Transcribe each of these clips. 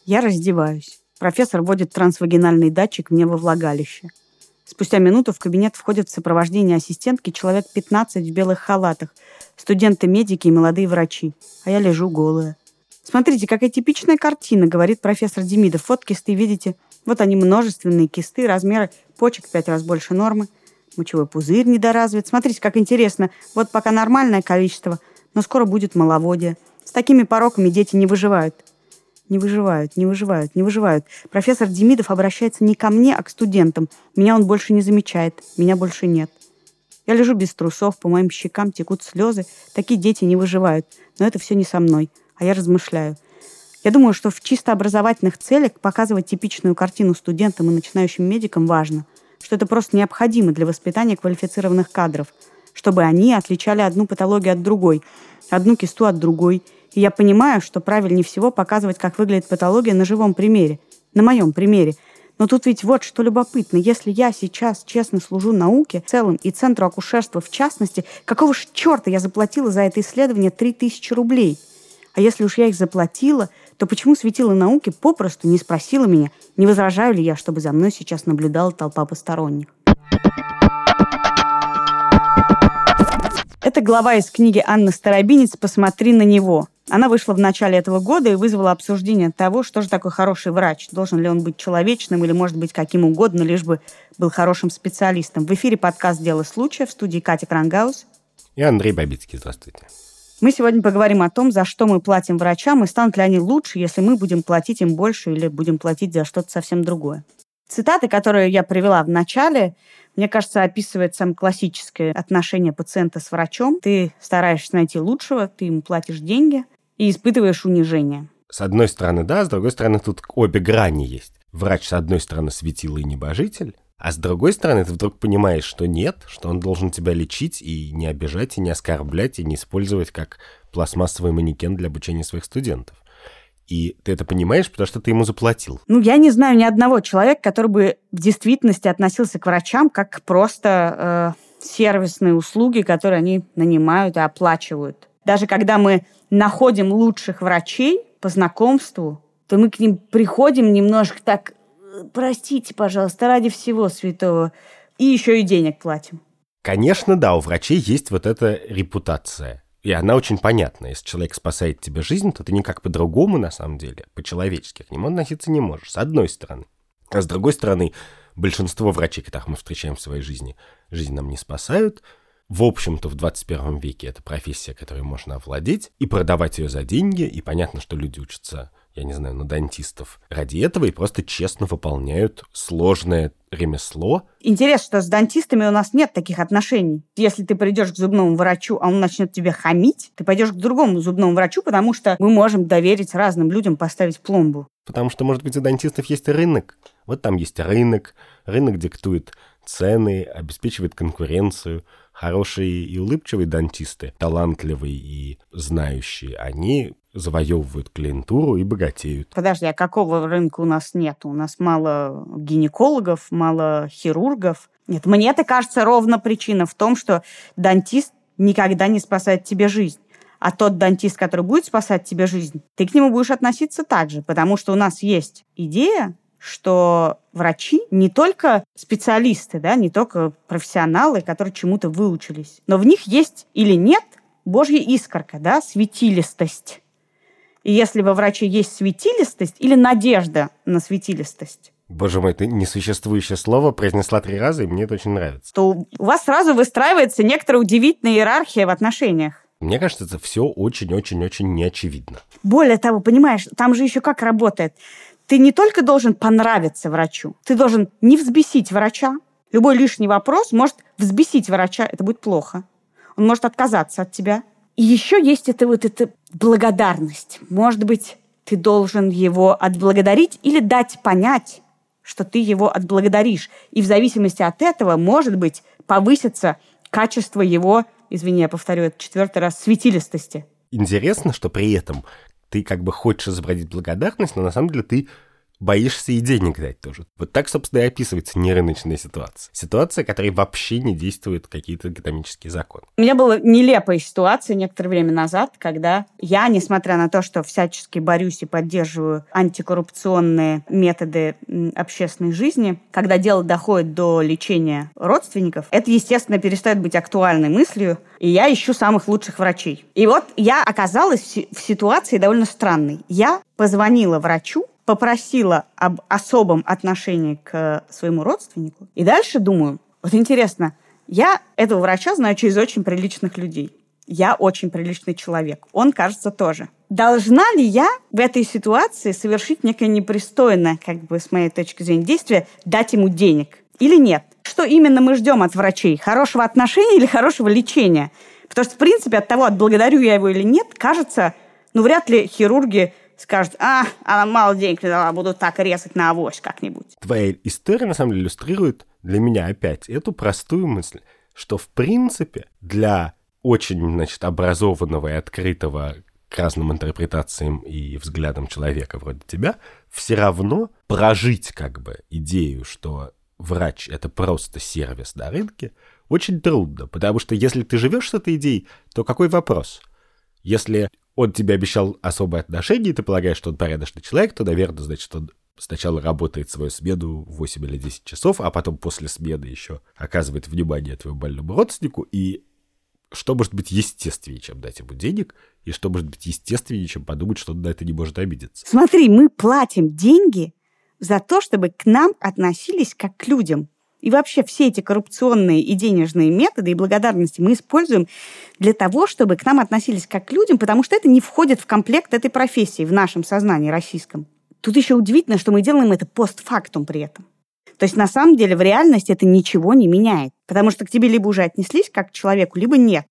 Я раздеваюсь. Профессор вводит трансвагинальный датчик мне во влагалище. Спустя минуту в кабинет входит в сопровождении ассистентки человек 15 в белых халатах, студенты-медики и молодые врачи. А я лежу голая. «Смотрите, какая типичная картина», — говорит профессор Демидов. «Вот кисты, видите? Вот они множественные кисты, размеры почек 5 раз больше нормы. Мочевой пузырь недоразвит. Смотрите, как интересно. Вот пока нормальное количество, но скоро будет маловодие. С такими пороками дети не выживают». Не выживают. Профессор Демидов обращается не ко мне, а к студентам. Меня он больше не замечает. Меня больше нет. Я лежу без трусов, по моим щекам текут слезы. Такие дети не выживают. Но это все не со мной. А я размышляю. Я думаю, что в чисто образовательных целях показывать типичную картину студентам и начинающим медикам важно. Что это просто необходимо для воспитания квалифицированных кадров. Чтобы они отличали одну патологию от другой, одну кисту от другой. И я понимаю, что правильнее всего показывать, как выглядит патология на живом примере, на моем примере. Но тут ведь вот что любопытно. Если я сейчас честно служу науке в целом и Центру акушерства в частности, какого ж черта я заплатила за это исследование 3000 рублей? А если уж я их заплатила, то почему светило науки попросту не спросила меня, не возражаю ли я, чтобы за мной сейчас наблюдала толпа посторонних? Это глава из книги Анны Старобинец «Посмотри на него». Она вышла в начале этого года и вызвала обсуждение того, что же такое хороший врач. Должен ли он быть человечным или, может быть, каким угодно, лишь бы был хорошим специалистом. В эфире подкаст «Дело случая», в студии Катя Крангаус. И Андрей Бабицкий. Здравствуйте. Мы сегодня поговорим о том, за что мы платим врачам, и станут ли они лучше, если мы будем платить им больше или будем платить за что-то совсем другое. Цитаты, которые я привела в начале, мне кажется, описывает самое классическое отношение пациента с врачом. Ты стараешься найти лучшего, ты ему платишь деньги и испытываешь унижение. С одной стороны, да, с другой стороны, тут обе грани есть. Врач, с одной стороны, светило и небожитель, а с другой стороны, ты вдруг понимаешь, что нет, что он должен тебя лечить и не обижать, и не оскорблять, и не использовать как пластмассовый манекен для обучения своих студентов. И ты это понимаешь, потому что ты ему заплатил. Я не знаю ни одного человека, который бы в действительности относился к врачам как к просто сервисные услуги, которые они нанимают и оплачивают. Даже когда мы находим лучших врачей по знакомству, то мы к ним приходим немножко так: простите, пожалуйста, ради всего святого, и еще и денег платим. Конечно, да, у врачей есть вот эта репутация. И она очень понятна. Если человек спасает тебе жизнь, то ты никак по-другому, на самом деле, по-человечески к нему относиться не можешь, с одной стороны. А с другой стороны, большинство врачей, которых мы встречаем в своей жизни, жизнь нам не спасают. В общем-то, в 21 веке это профессия, которой можно овладеть и продавать ее за деньги. И понятно, что люди учатся, я не знаю, на дантистов ради этого и просто честно выполняют сложное ремесло. Интересно, что с дантистами у нас нет таких отношений. Если ты придешь к зубному врачу, а он начнет тебе хамить, ты пойдешь к другому зубному врачу, потому что мы можем доверить разным людям поставить пломбу. Потому что, может быть, у дантистов есть рынок. Вот там есть рынок. Рынок диктует цены, обеспечивает конкуренцию. Хорошие и улыбчивые дантисты, талантливые и знающие, они завоевывают клиентуру и богатеют. Подожди, а какого рынка у нас нет? У нас мало гинекологов, мало хирургов. Нет, мне это кажется ровно причина в том, что дантист никогда не спасает тебе жизнь. А тот дантист, который будет спасать тебе жизнь, ты к нему будешь относиться так же, потому что у нас есть идея, что врачи не только специалисты, да, не только профессионалы, которые чему-то выучились, но в них есть или нет божья искорка, да, светилистость. И если во враче есть светилистость или надежда на светилистость, Боже мой, ты несуществующее слово произнесла 3 раза, и мне это очень нравится. То у вас сразу выстраивается некоторая удивительная иерархия в отношениях. Мне кажется, это все очень-очень-очень неочевидно. Более того, понимаешь, там же еще как работает. Ты не только должен понравиться врачу, ты должен не взбесить врача. Любой лишний вопрос может взбесить врача, это будет плохо. Он может отказаться от тебя. И еще есть эта благодарность. Может быть, ты должен его отблагодарить или дать понять, что ты его отблагодаришь. И в зависимости от этого, может быть, повысится качество его, извини, я повторю это 4-й раз, светилистости. Интересно, что при этом ты как бы хочешь изобразить благодарность, но на самом деле ты боишься и денег дать тоже. Вот так, собственно, и описывается нерыночная ситуация. Ситуация, в которой вообще не действуют какие-то экономические законы. У меня была нелепая ситуация некоторое время назад, когда я, несмотря на то, что всячески борюсь и поддерживаю антикоррупционные методы общественной жизни, когда дело доходит до лечения родственников, это, естественно, перестает быть актуальной мыслью, и я ищу самых лучших врачей. И вот я оказалась в ситуации довольно странной. Я позвонила врачу, попросила об особом отношении к своему родственнику. И дальше думаю, вот интересно, я этого врача знаю через очень приличных людей. Я очень приличный человек. Он, кажется, тоже. Должна ли я в этой ситуации совершить некое непристойное, как бы с моей точки зрения, действие, дать ему денег или нет? Что именно мы ждем от врачей? Хорошего отношения или хорошего лечения? Потому что, в принципе, от того, отблагодарю я его или нет, кажется, вряд ли хирурги скажут, она мало денег не дала, буду так резать на авось как-нибудь. Твоя история, на самом деле, иллюстрирует для меня опять эту простую мысль, что, в принципе, для очень, образованного и открытого к разным интерпретациям и взглядам человека вроде тебя, все равно прожить идею, что врач — это просто сервис на рынке, очень трудно, потому что если ты живешь с этой идеей, то какой вопрос? Если он тебе обещал особое отношение, и ты полагаешь, что он порядочный человек, то, наверное, значит, он сначала работает свою смену 8 или 10 часов, а потом после смены еще оказывает внимание твоему больному родственнику, и что может быть естественнее, чем дать ему денег, и что может быть естественнее, чем подумать, что он на это не может обидеться. Смотри, мы платим деньги за то, чтобы к нам относились как к людям. И вообще все эти коррупционные и денежные методы и благодарности мы используем для того, чтобы к нам относились как к людям, потому что это не входит в комплект этой профессии в нашем сознании российском. Тут еще удивительно, что мы делаем это постфактум при этом. То есть на самом деле в реальности это ничего не меняет, потому что к тебе либо уже отнеслись как к человеку, либо нет.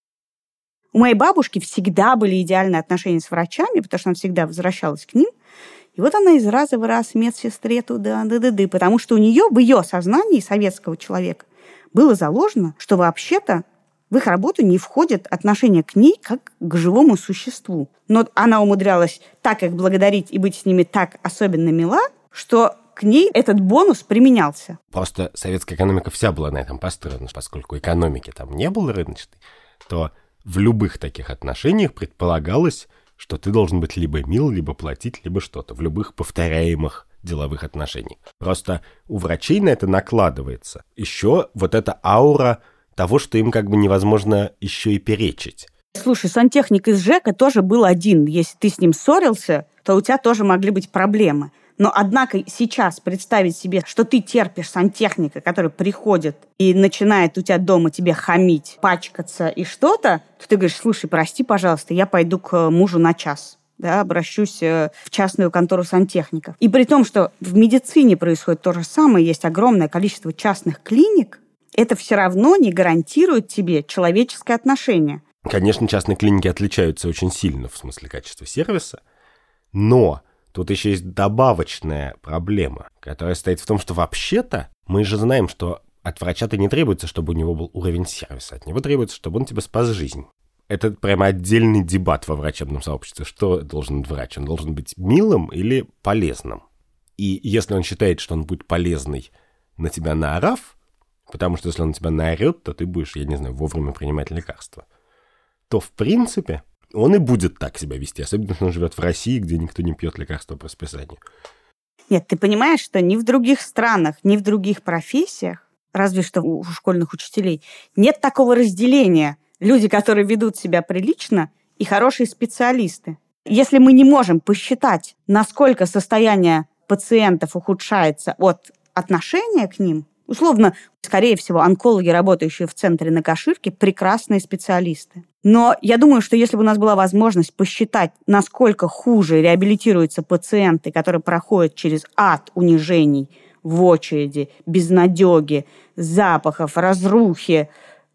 У моей бабушки всегда были идеальные отношения с врачами, потому что она всегда возвращалась к ним. И вот она из раза в раз медсестре туда-да-да-да, потому что у нее в ее сознании советского человека было заложено, что вообще-то в их работу не входит отношение к ней как к живому существу. Но она умудрялась так их благодарить и быть с ними так особенно мила, что к ней этот бонус применялся. Просто советская экономика вся была на этом построена, поскольку экономики там не было рыночной, то в любых таких отношениях предполагалось, что ты должен быть либо мил, либо платить, либо что-то, в любых повторяемых деловых отношениях. Просто у врачей на это накладывается еще вот эта аура того, что им невозможно еще и перечить. Слушай, сантехник из ЖЭКа тоже был один. Если ты с ним ссорился, то у тебя тоже могли быть проблемы. Но, однако, сейчас представить себе, что ты терпишь сантехника, который приходит и начинает у тебя дома тебе хамить, пачкаться и что-то, то ты говоришь, слушай, прости, пожалуйста, я пойду к мужу на час. Да, обращусь в частную контору сантехников. И при том, что в медицине происходит то же самое, есть огромное количество частных клиник, это все равно не гарантирует тебе человеческое отношение. Конечно, частные клиники отличаются очень сильно в смысле качества сервиса, но тут еще есть добавочная проблема, которая стоит в том, что вообще-то мы же знаем, что от врача-то не требуется, чтобы у него был уровень сервиса. От него требуется, чтобы он тебе спас жизнь. Это прямо отдельный дебат во врачебном сообществе. Что должен быть врач? Он должен быть милым или полезным? И если он считает, что он будет полезный на тебя наорав, потому что если он на тебя наорет, то ты будешь, вовремя принимать лекарства, то, в принципе, он и будет так себя вести, особенно если он живет в России, где никто не пьет лекарства по расписанию. Нет, ты понимаешь, что ни в других странах, ни в других профессиях, разве что у школьных учителей, нет такого разделения. Люди, которые ведут себя прилично, и хорошие специалисты. Если мы не можем посчитать, насколько состояние пациентов ухудшается от отношения к ним, условно, скорее всего, онкологи, работающие в центре на Каширке, прекрасные специалисты. Но я думаю, что если бы у нас была возможность посчитать, насколько хуже реабилитируются пациенты, которые проходят через ад унижений в очереди, безнадеги, запахов, разрухи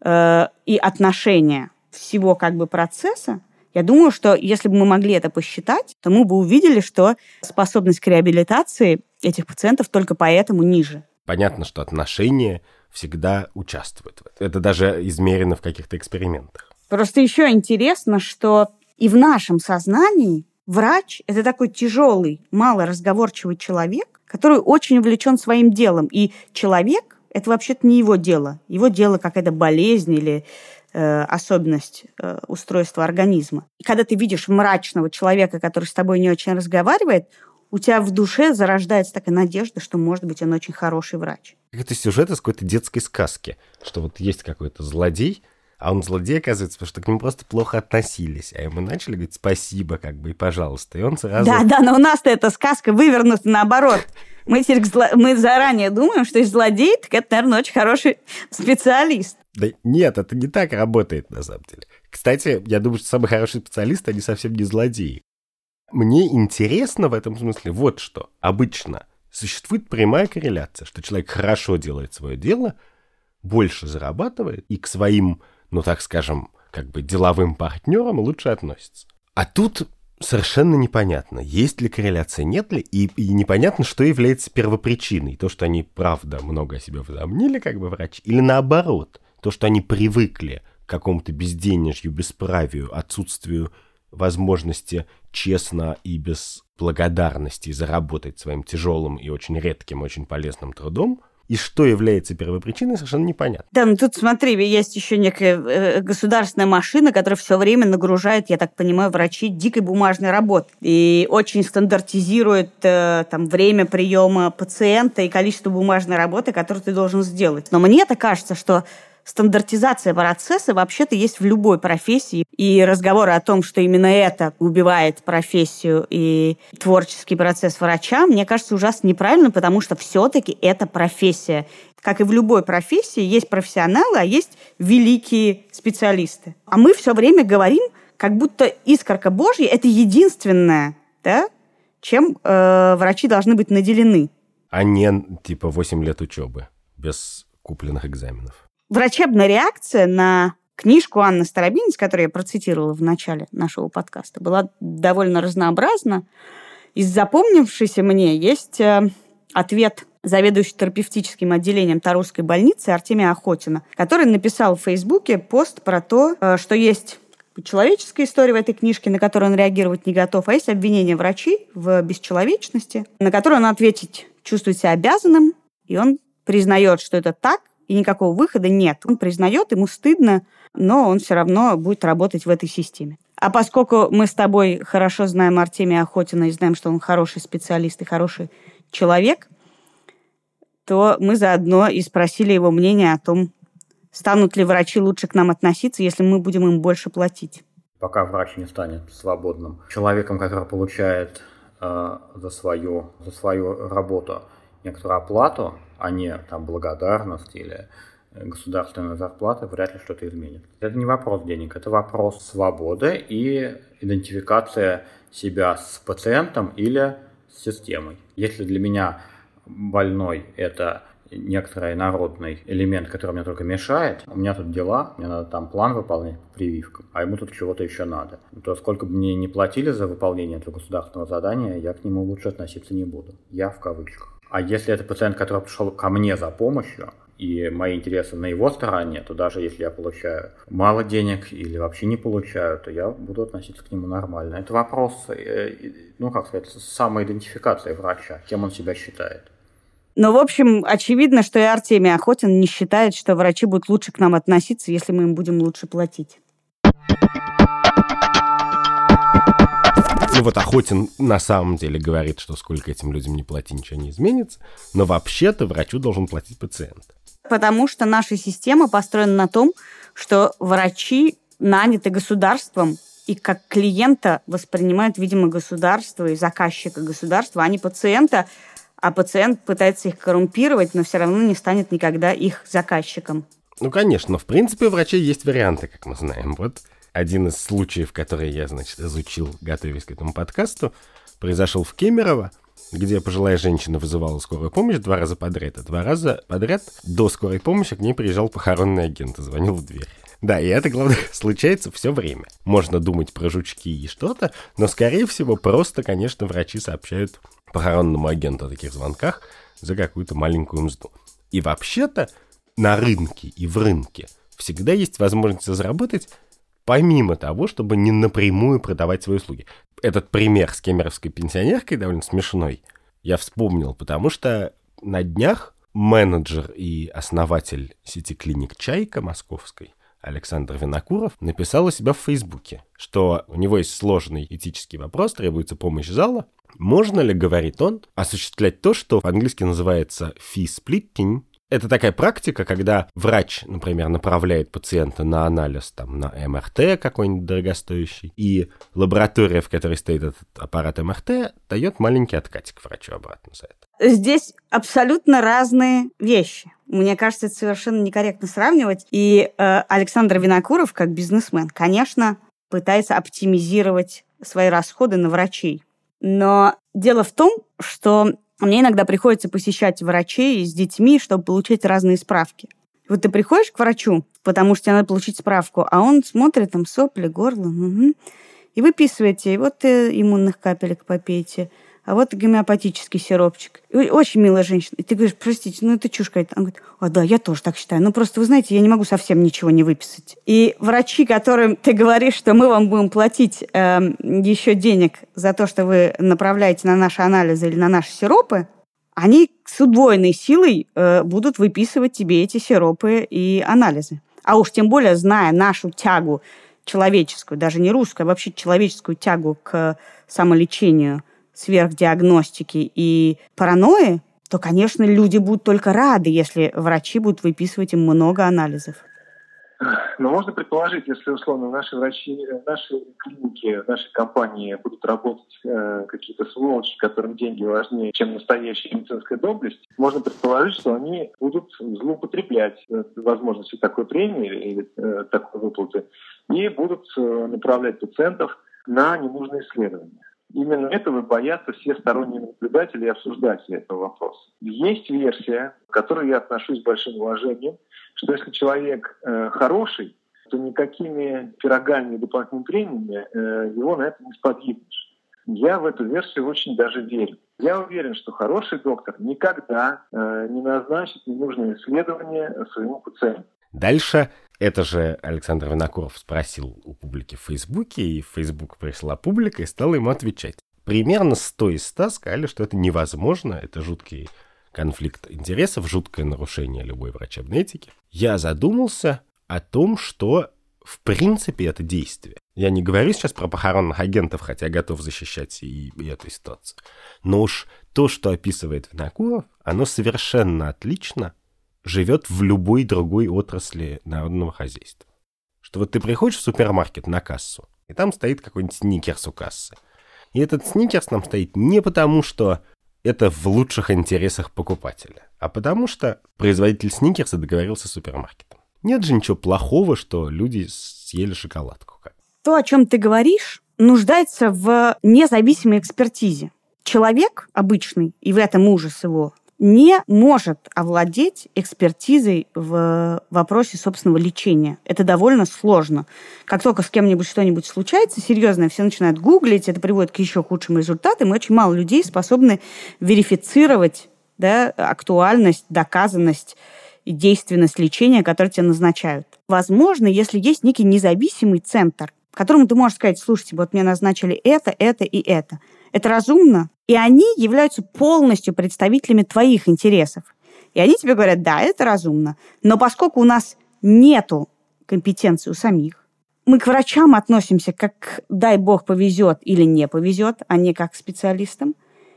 и отношения всего процесса, я думаю, что если бы мы могли это посчитать, то мы бы увидели, что способность к реабилитации этих пациентов только поэтому ниже. Понятно, что отношения всегда участвуют в этом. Это даже измерено в каких-то экспериментах. Просто еще интересно, что и в нашем сознании врач – это такой тяжелый, малоразговорчивый человек, который очень увлечен своим делом. И человек – это вообще-то не его дело. Его дело какая-то болезнь или особенность устройства организма. И когда ты видишь мрачного человека, который с тобой не очень разговаривает, у тебя в душе зарождается такая надежда, что, может быть, он очень хороший врач. Это сюжет из какой-то детской сказки, что вот есть какой-то злодей, а он злодей, оказывается, потому что к нему просто плохо относились, а ему начали говорить спасибо, как бы, и пожалуйста, и он сразу... Да, но у нас-то эта сказка вывернута наоборот. Мы заранее думаем, что есть злодей, так это, наверное, очень хороший специалист. Да нет, это не так работает, на самом деле. Кстати, я думаю, что самые хорошие специалисты, они совсем не злодеи. Мне интересно в этом смысле вот что. Обычно существует прямая корреляция, что человек хорошо делает свое дело, больше зарабатывает и к своим, ну так скажем, как бы деловым партнерам лучше относится. А тут совершенно непонятно, есть ли корреляция, нет ли, и непонятно, что является первопричиной. То, что они, правда, много о себе возомнили, как бы врачи, или наоборот, то, что они привыкли к какому-то безденежью, бесправию, отсутствию возможности честно и без благодарности заработать своим тяжелым и очень редким, очень полезным трудом, и что является первопричиной, совершенно непонятно. Да, ну тут смотри, есть еще некая государственная машина, которая все время нагружает, я так понимаю, врачей дикой бумажной работой. И очень стандартизирует там, время приема пациента и количество бумажной работы, которую ты должен сделать. Но мне-то кажется, что стандартизация процесса вообще-то есть в любой профессии. И разговоры о том, что именно это убивает профессию и творческий процесс врача, мне кажется, ужасно неправильно, потому что все-таки это профессия. Как и в любой профессии, есть профессионалы, а есть великие специалисты. А мы все время говорим, как будто искорка Божья – это единственное, да, чем врачи должны быть наделены. А не, типа, 8 лет учебы без купленных экзаменов. Врачебная реакция на книжку Анны Старобинец, которую я процитировала в начале нашего подкаста, была довольно разнообразна. Из запомнившейся мне есть ответ заведующего терапевтическим отделением Тарусской больницы Артемия Охотина, который написал в Фейсбуке пост про то, что есть человеческая история в этой книжке, на которую он реагировать не готов, а есть обвинение врачей в бесчеловечности, на которое он ответить чувствует себя обязанным, и он признает, что это так, и никакого выхода нет. Он признает, ему стыдно, но он все равно будет работать в этой системе. А поскольку мы с тобой хорошо знаем Артемия Охотина и знаем, что он хороший специалист и хороший человек, то мы заодно и спросили его мнение о том, станут ли врачи лучше к нам относиться, если мы будем им больше платить. Пока врач не станет свободным человеком, который получает за свою работу некоторую оплату, а не там благодарность или государственная зарплата, вряд ли что-то изменит. Это не вопрос денег, это вопрос свободы и идентификация себя с пациентом или с системой. Если для меня больной – это некоторый народный элемент, который мне только мешает, у меня тут дела, мне надо там план выполнять по прививкам, а ему тут чего-то еще надо, то сколько бы мне не платили за выполнение этого государственного задания, я к нему лучше относиться не буду. Я в кавычках. А если это пациент, который пришел ко мне за помощью, и мои интересы на его стороне, то даже если я получаю мало денег или вообще не получаю, то я буду относиться к нему нормально. Это вопрос, самоидентификации врача, кем он себя считает. Но, в общем, очевидно, что и Артемий Охотин не считает, что врачи будут лучше к нам относиться, если мы им будем лучше платить. Ну вот Охотин на самом деле говорит, что сколько этим людям не плати, ничего не изменится, но вообще-то врачу должен платить пациент. Потому что наша система построена на том, что врачи наняты государством и как клиента воспринимают, видимо, государство и заказчика государства, а не пациента, а пациент пытается их коррумпировать, но все равно не станет никогда их заказчиком. Ну, конечно, но в принципе у врачей есть варианты, как мы знаем. Вот один из случаев, который я, изучил, готовясь к этому подкасту, произошел в Кемерово, где пожилая женщина вызывала скорую помощь 2 раза подряд. А 2 раза подряд до скорой помощи к ней приезжал похоронный агент и звонил в дверь. Да, и это, главное, случается все время. Можно думать про жучки и что-то, но, скорее всего, просто, конечно, врачи сообщают похоронному агенту о таких звонках за какую-то маленькую мзду. И вообще-то на рынке и в рынке всегда есть возможность заработать, помимо того, чтобы не напрямую продавать свои услуги. Этот пример с кемеровской пенсионеркой довольно смешной. я вспомнил, потому что на днях менеджер и основатель сети клиник «Чайка» московской Александр Винокуров написал у себя в Фейсбуке, что у него есть сложный этический вопрос, требуется помощь зала. Можно ли, говорит он, осуществлять то, что по-английски называется fee-splitting? Это такая практика, когда врач, например, направляет пациента на анализ, там, на МРТ какой-нибудь дорогостоящий, и лаборатория, в которой стоит этот аппарат МРТ, дает маленький откатик врачу обратно за это. Здесь абсолютно разные вещи. Мне кажется, это совершенно некорректно сравнивать. И Александр Винокуров, как бизнесмен, конечно, пытается оптимизировать свои расходы на врачей. Но дело в том, что мне иногда приходится посещать врачей с детьми, чтобы получить разные справки. Вот ты приходишь к врачу, потому что тебе надо получить справку, а он смотрит там сопли, горло, и выписываете, и вот иммунных капелек попейте, а вот гомеопатический сиропчик. И очень милая женщина. И ты говоришь, простите, это чушь какая-то. Она говорит, да, я тоже так считаю. Просто, вы знаете, я не могу совсем ничего не выписать. И врачи, которым ты говоришь, что мы вам будем платить еще денег за то, что вы направляете на наши анализы или на наши сиропы, они с удвоенной силой будут выписывать тебе эти сиропы и анализы. А уж тем более, зная нашу тягу человеческую, даже не русскую, а вообще человеческую тягу к самолечению, сверхдиагностики и паранойи, то, конечно, люди будут только рады, если врачи будут выписывать им много анализов. Но можно предположить, если, условно, наши врачи, наши клиники, наши компании будут работать какие-то сволочи, которым деньги важнее, чем настоящая медицинская доблесть, можно предположить, что они будут злоупотреблять возможностью такой премии или такой выплаты и будут направлять пациентов на ненужные исследования. Именно этого боятся все сторонние наблюдатели и обсуждатели этого вопроса. Есть версия, к которой я отношусь с большим уважением, что если человек хороший, то никакими пирогами и дополнительными премиями его на это не сподвигнешь. Я в эту версию очень даже верю. Я уверен, что хороший доктор никогда не назначит ненужные исследования своему пациенту. Дальше это же Александр Винокуров спросил у публики в Фейсбуке, и в Фейсбук пришла публика и стала ему отвечать. Примерно 100 из 100 сказали, что это невозможно, это жуткий конфликт интересов, жуткое нарушение любой врачебной этики. Я задумался о том, что в принципе это действие. Я не говорю сейчас про похоронных агентов, хотя готов защищать и эту ситуацию. Но уж то, что описывает Винокуров, оно совершенно отлично живет в любой другой отрасли народного хозяйства. Что вот ты приходишь в супермаркет на кассу, и там стоит какой-нибудь сникерс у кассы. И этот сникерс там стоит не потому, что это в лучших интересах покупателя, а потому что производитель сникерса договорился с супермаркетом. Нет же ничего плохого, что люди съели шоколадку. То, о чем ты говоришь, нуждается в независимой экспертизе. Человек обычный, и в этом ужас его, не может овладеть экспертизой в вопросе собственного лечения. Это довольно сложно. Как только с кем-нибудь что-нибудь случается серьезное, все начинают гуглить, это приводит к еще худшим результатам, и очень мало людей способны верифицировать, актуальность, доказанность и действенность лечения, которое тебе назначают. Возможно, если есть некий независимый центр, которому ты можешь сказать, слушайте, вот мне назначили это и это. Это разумно. И они являются полностью представителями твоих интересов. И они тебе говорят, да, это разумно. Но поскольку у нас нету компетенции у самих, мы к врачам относимся как дай бог повезет или не повезет, а не как к специалистам.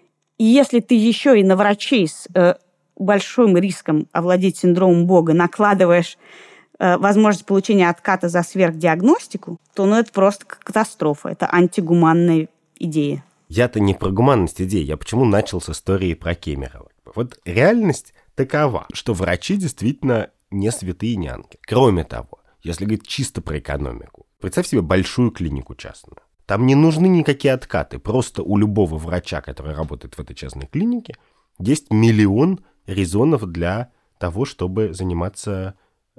И если ты еще и на врачей с большим риском овладеть синдромом Бога накладываешь возможность получения отката за сверхдиагностику, то это просто катастрофа. Это антигуманная идея. Я-то не про гуманность идей, я почему начал с истории про Кемерово. Вот реальность такова, что врачи действительно не святые, не ангелы. Кроме того, если говорить чисто про экономику, представь себе большую клинику частную. Там не нужны никакие откаты, просто у любого врача, который работает в этой частной клинике, есть миллион резонов для того, чтобы заниматься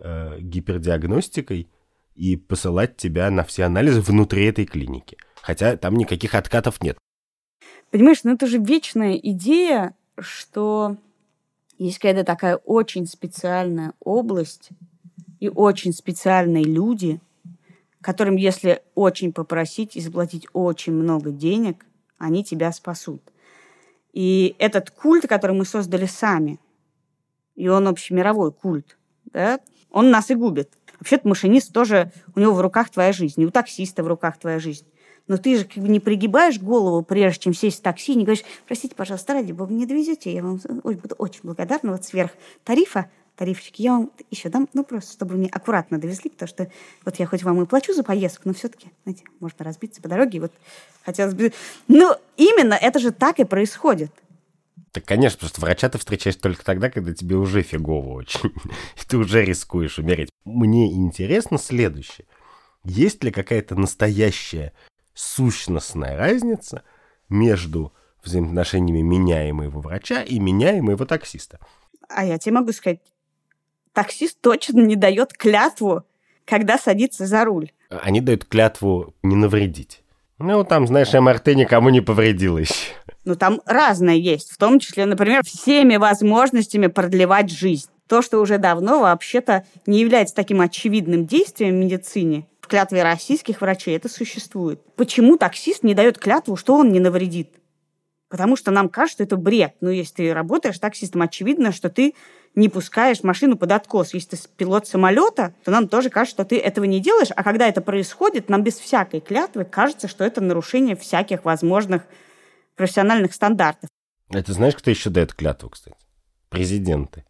гипердиагностикой и посылать тебя на все анализы внутри этой клиники. Хотя там никаких откатов нет. Понимаешь, это же вечная идея, что есть какая-то такая очень специальная область и очень специальные люди, которым, если очень попросить и заплатить очень много денег, они тебя спасут. И этот культ, который мы создали сами, и он общемировой культ, да, он нас и губит. Вообще-то машинист тоже, у него в руках твоя жизнь, и у таксиста в руках твоя жизнь. Но ты же как бы не пригибаешь голову, прежде чем сесть в такси, не говоришь: простите, пожалуйста, ради бога, не довезете, я вам буду очень благодарна, вот сверх тарифчики, я вам еще дам, просто чтобы мне аккуратно довезли, потому что вот я хоть вам и плачу за поездку, но все-таки, знаете, можно разбиться по дороге, вот хотелось бы... Именно это же так и происходит. Так, конечно, просто врача ты встречаешь только тогда, когда тебе уже фигово очень, и ты уже рискуешь умереть. Мне интересно следующее. Есть ли какая-то настоящая сущностная разница между взаимоотношениями меня и моего врача и меня и моего таксиста? А я тебе могу сказать, таксист точно не дает клятву, когда садится за руль. Они дают клятву не навредить. Там, знаешь, МРТ никому не повредило еще. Там разное есть, в том числе, например, всеми возможностями продлевать жизнь. То, что уже давно вообще-то не является таким очевидным действием в медицине, в клятве российских врачей это существует. Почему таксист не дает клятву, что он не навредит? Потому что нам кажется, что это бред. Если ты работаешь таксистом, очевидно, что ты не пускаешь машину под откос. Если ты пилот самолета, то нам тоже кажется, что ты этого не делаешь. А когда это происходит, нам без всякой клятвы кажется, что это нарушение всяких возможных профессиональных стандартов. Это знаешь, кто еще дает клятву, кстати? Президенты.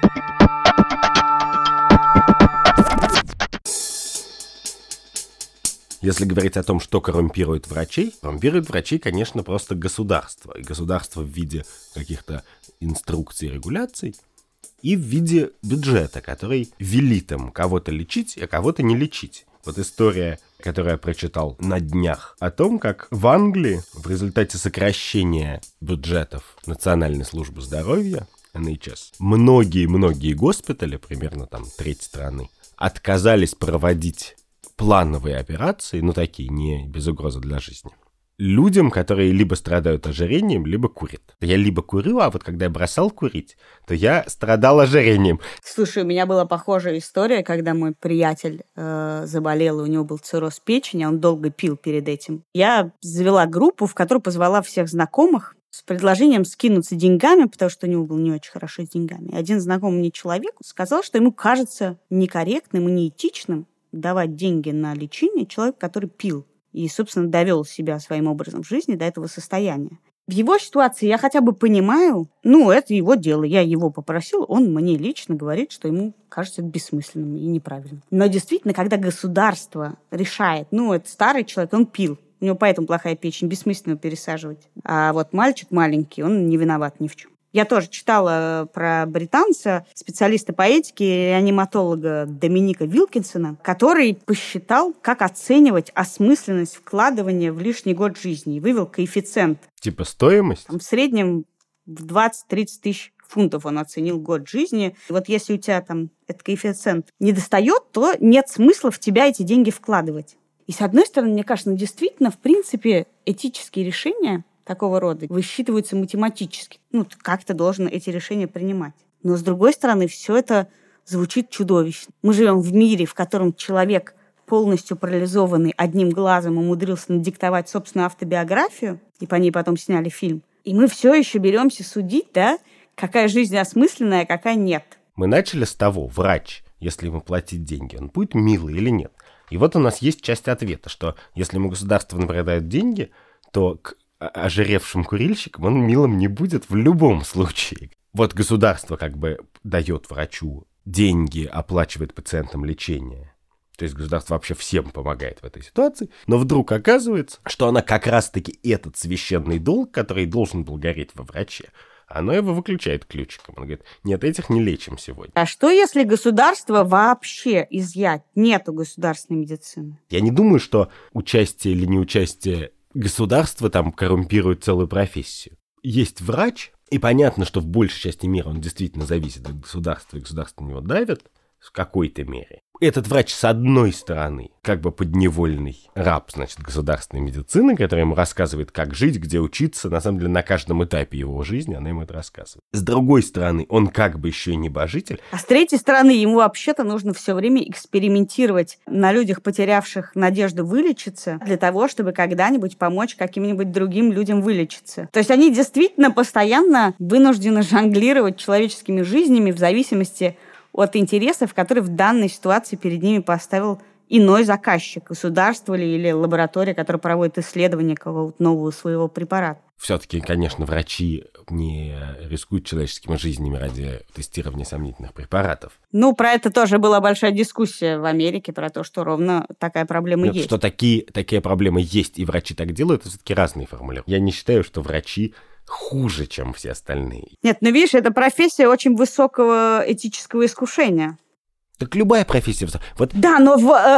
Если говорить о том, что коррумпирует врачей, конечно, просто государство. И государство в виде каких-то инструкций и регуляций, и в виде бюджета, который велит им кого-то лечить, а кого-то не лечить. Вот история, которую я прочитал на днях, о том, как в Англии в результате сокращения бюджетов Национальной службы здоровья, NHS, многие госпитали, примерно треть страны, отказались проводить плановые операции, такие, не без угрозы для жизни, людям, которые либо страдают ожирением, либо курят. Я либо курю, а вот когда я бросал курить, то я страдал ожирением. Слушай, у меня была похожая история, когда мой приятель заболел, и у него был цирроз печени, он долго пил перед этим. Я завела группу, в которую позвала всех знакомых с предложением скинуться деньгами, потому что у него было не очень хорошо с деньгами. Один знакомый мне человек сказал, что ему кажется некорректным и неэтичным давать деньги на лечение человеку, который пил. И, собственно, довел себя своим образом жизни до этого состояния. В его ситуации я хотя бы понимаю, это его дело, я его попросил, он мне лично говорит, что ему кажется это бессмысленным и неправильным. Но действительно, когда государство решает, это старый человек, он пил, у него поэтому плохая печень, бессмысленно пересаживать. А вот мальчик маленький, он не виноват ни в чем. Я тоже читала про британца, специалиста по этике, реаниматолога Доминика Вилкинсона, который посчитал, как оценивать осмысленность вкладывания в лишний год жизни. И вывел коэффициент. Типа стоимость? В среднем в 20-30 тысяч фунтов он оценил год жизни. И вот если у тебя этот коэффициент не достает, то нет смысла в тебя эти деньги вкладывать. И с одной стороны, мне кажется, действительно, в принципе, этические решения такого рода высчитываются математически. Как ты должен эти решения принимать. Но, с другой стороны, все это звучит чудовищно. Мы живем в мире, в котором человек, полностью парализованный одним глазом, умудрился надиктовать собственную автобиографию, и по ней потом сняли фильм. И мы все еще беремся судить, какая жизнь осмысленная, а какая нет. Мы начали с того, врач, если ему платить деньги, он будет милый или нет. И вот у нас есть часть ответа, что если ему государство, например, дает деньги, то к ожиревшим курильщикам он милым не будет в любом случае. Вот государство дает врачу деньги, оплачивает пациентам лечение. То есть государство вообще всем помогает в этой ситуации. Но вдруг оказывается, что она как раз-таки этот священный долг, который должен был гореть во враче, оно его выключает ключиком. Он говорит, нет, этих не лечим сегодня. А что, если государство вообще изъять? Нету государственной медицины. Я не думаю, что участие или неучастие государство коррумпирует целую профессию. Есть врач, и понятно, что в большей части мира он действительно зависит от государства, и государство на него давит в какой-то мере. этот врач, с одной стороны, как бы подневольный раб, значит, государственной медицины, который ему рассказывает, как жить, где учиться, на самом деле, на каждом этапе его жизни она ему это рассказывает. С другой стороны, он как бы еще и небожитель. А с третьей стороны, ему вообще-то нужно все время экспериментировать на людях, потерявших надежду вылечиться, для того, чтобы когда-нибудь помочь каким-нибудь другим людям вылечиться. То есть они действительно постоянно вынуждены жонглировать человеческими жизнями в зависимости от интересов, которые в данной ситуации перед ними поставил иной заказчик, государство или лаборатория, которая проводит исследование какого-то нового своего препарата. Все-таки, конечно, врачи не рискуют человеческими жизнями ради тестирования сомнительных препаратов. Ну, про это тоже была большая дискуссия в Америке, про то, что ровно такая проблема есть. Что такие проблемы есть, и врачи так делают, это все-таки разные формулировки. Я не считаю, что врачи хуже, чем все остальные. Нет, ну видишь, это профессия очень высокого этического искушения. Так любая профессия. Вот. Да, но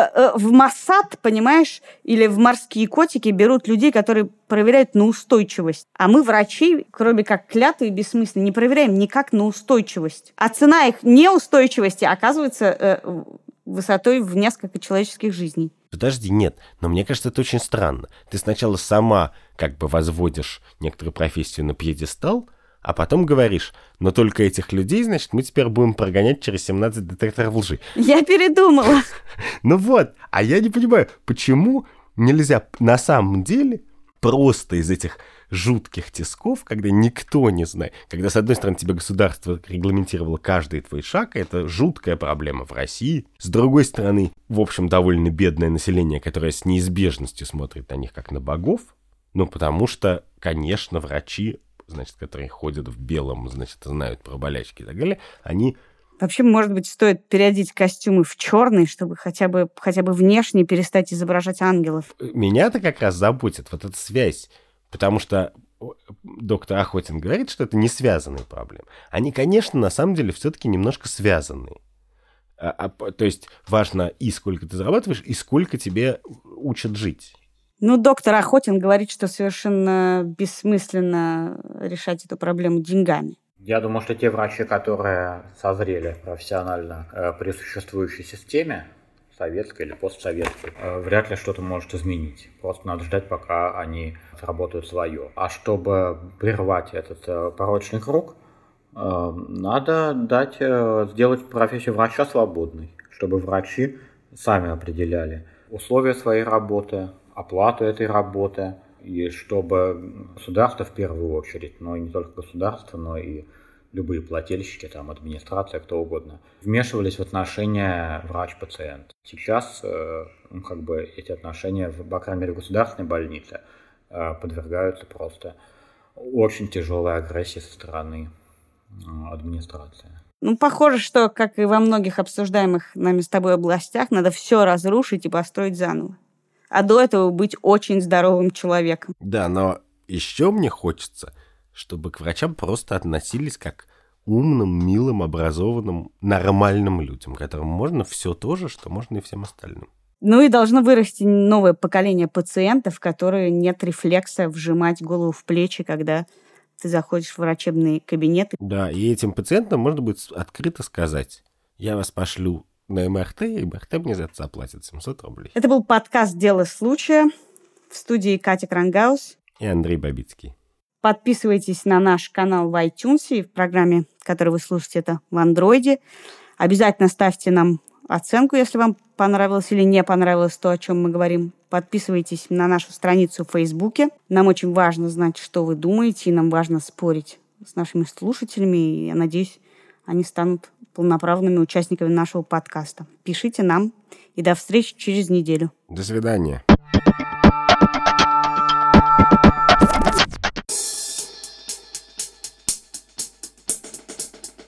в Моссад, понимаешь, или в морские котики берут людей, которые проверяют на устойчивость. А мы, врачи, кроме как клятвы бессмысленно, не проверяем никак на устойчивость. А цена их неустойчивости оказывается высотой в несколько человеческих жизней. Подожди, нет, но мне кажется, это очень странно. Ты сначала сама как бы возводишь некоторую профессию на пьедестал, а потом говоришь, но только этих людей, значит, мы теперь будем прогонять через 17 детекторов лжи. Я передумала. Ну вот, а я не понимаю, почему нельзя на самом деле просто из этих жутких тисков, когда никто не знает, когда, с одной стороны, тебе государство регламентировало каждый твой шаг, это жуткая проблема в России, с другой стороны, в общем, довольно бедное население, которое с неизбежностью смотрит на них как на богов, ну, потому что, конечно, врачи, значит, которые ходят в белом, значит, знают про болячки и так далее, они... Вообще, может быть, стоит переодеть костюмы в черный, чтобы хотя бы внешне перестать изображать ангелов. Меня-то как раз заботит вот эта связь, потому что доктор Охотин говорит, что это не связанные проблемы. Они, конечно, на самом деле все-таки немножко связанные. То есть важно и сколько ты зарабатываешь, и сколько тебе учат жить. Ну, доктор Охотин говорит, что совершенно бессмысленно решать эту проблему деньгами. Я думаю, что те врачи, которые созрели профессионально при существующей системе, советской или постсоветской, вряд ли что-то может изменить. Просто надо ждать, пока они отработают свое. А чтобы прервать этот порочный круг, надо сделать профессию врача свободной, чтобы врачи сами определяли условия своей работы, оплату этой работы, и чтобы государство в первую очередь, но и не только государство, но и любые плательщики, там, администрация, кто угодно, вмешивались в отношения врач-пациент. Сейчас эти отношения, по крайней мере, в государственной больнице подвергаются просто очень тяжелой агрессии со стороны администрации. Ну, похоже, что, как и во многих обсуждаемых нами с тобой областях, надо все разрушить и построить заново. А до этого быть очень здоровым человеком. Да, но еще мне хочется, чтобы к врачам просто относились как к умным, милым, образованным, нормальным людям, которым можно все то же, что можно и всем остальным. Ну и должно вырасти новое поколение пациентов, которые нет рефлекса вжимать голову в плечи, когда ты заходишь в врачебный кабинет. Да, и этим пациентам можно будет открыто сказать: я вас пошлю на МРТ, и МРТ мне за это заплатит 700 рублей. Это был подкаст «Дело случая». В студии Катя Крангаус и Андрей Бабицкий. Подписывайтесь на наш канал в iTunes и в программе, которую вы слушаете, это в Андроиде. Обязательно ставьте нам оценку, если вам понравилось или не понравилось то, о чем мы говорим. Подписывайтесь на нашу страницу в Фейсбуке. Нам очень важно знать, что вы думаете, и нам важно спорить с нашими слушателями. И я надеюсь, они станут полноправными участниками нашего подкаста. Пишите нам, и до встречи через неделю. До свидания.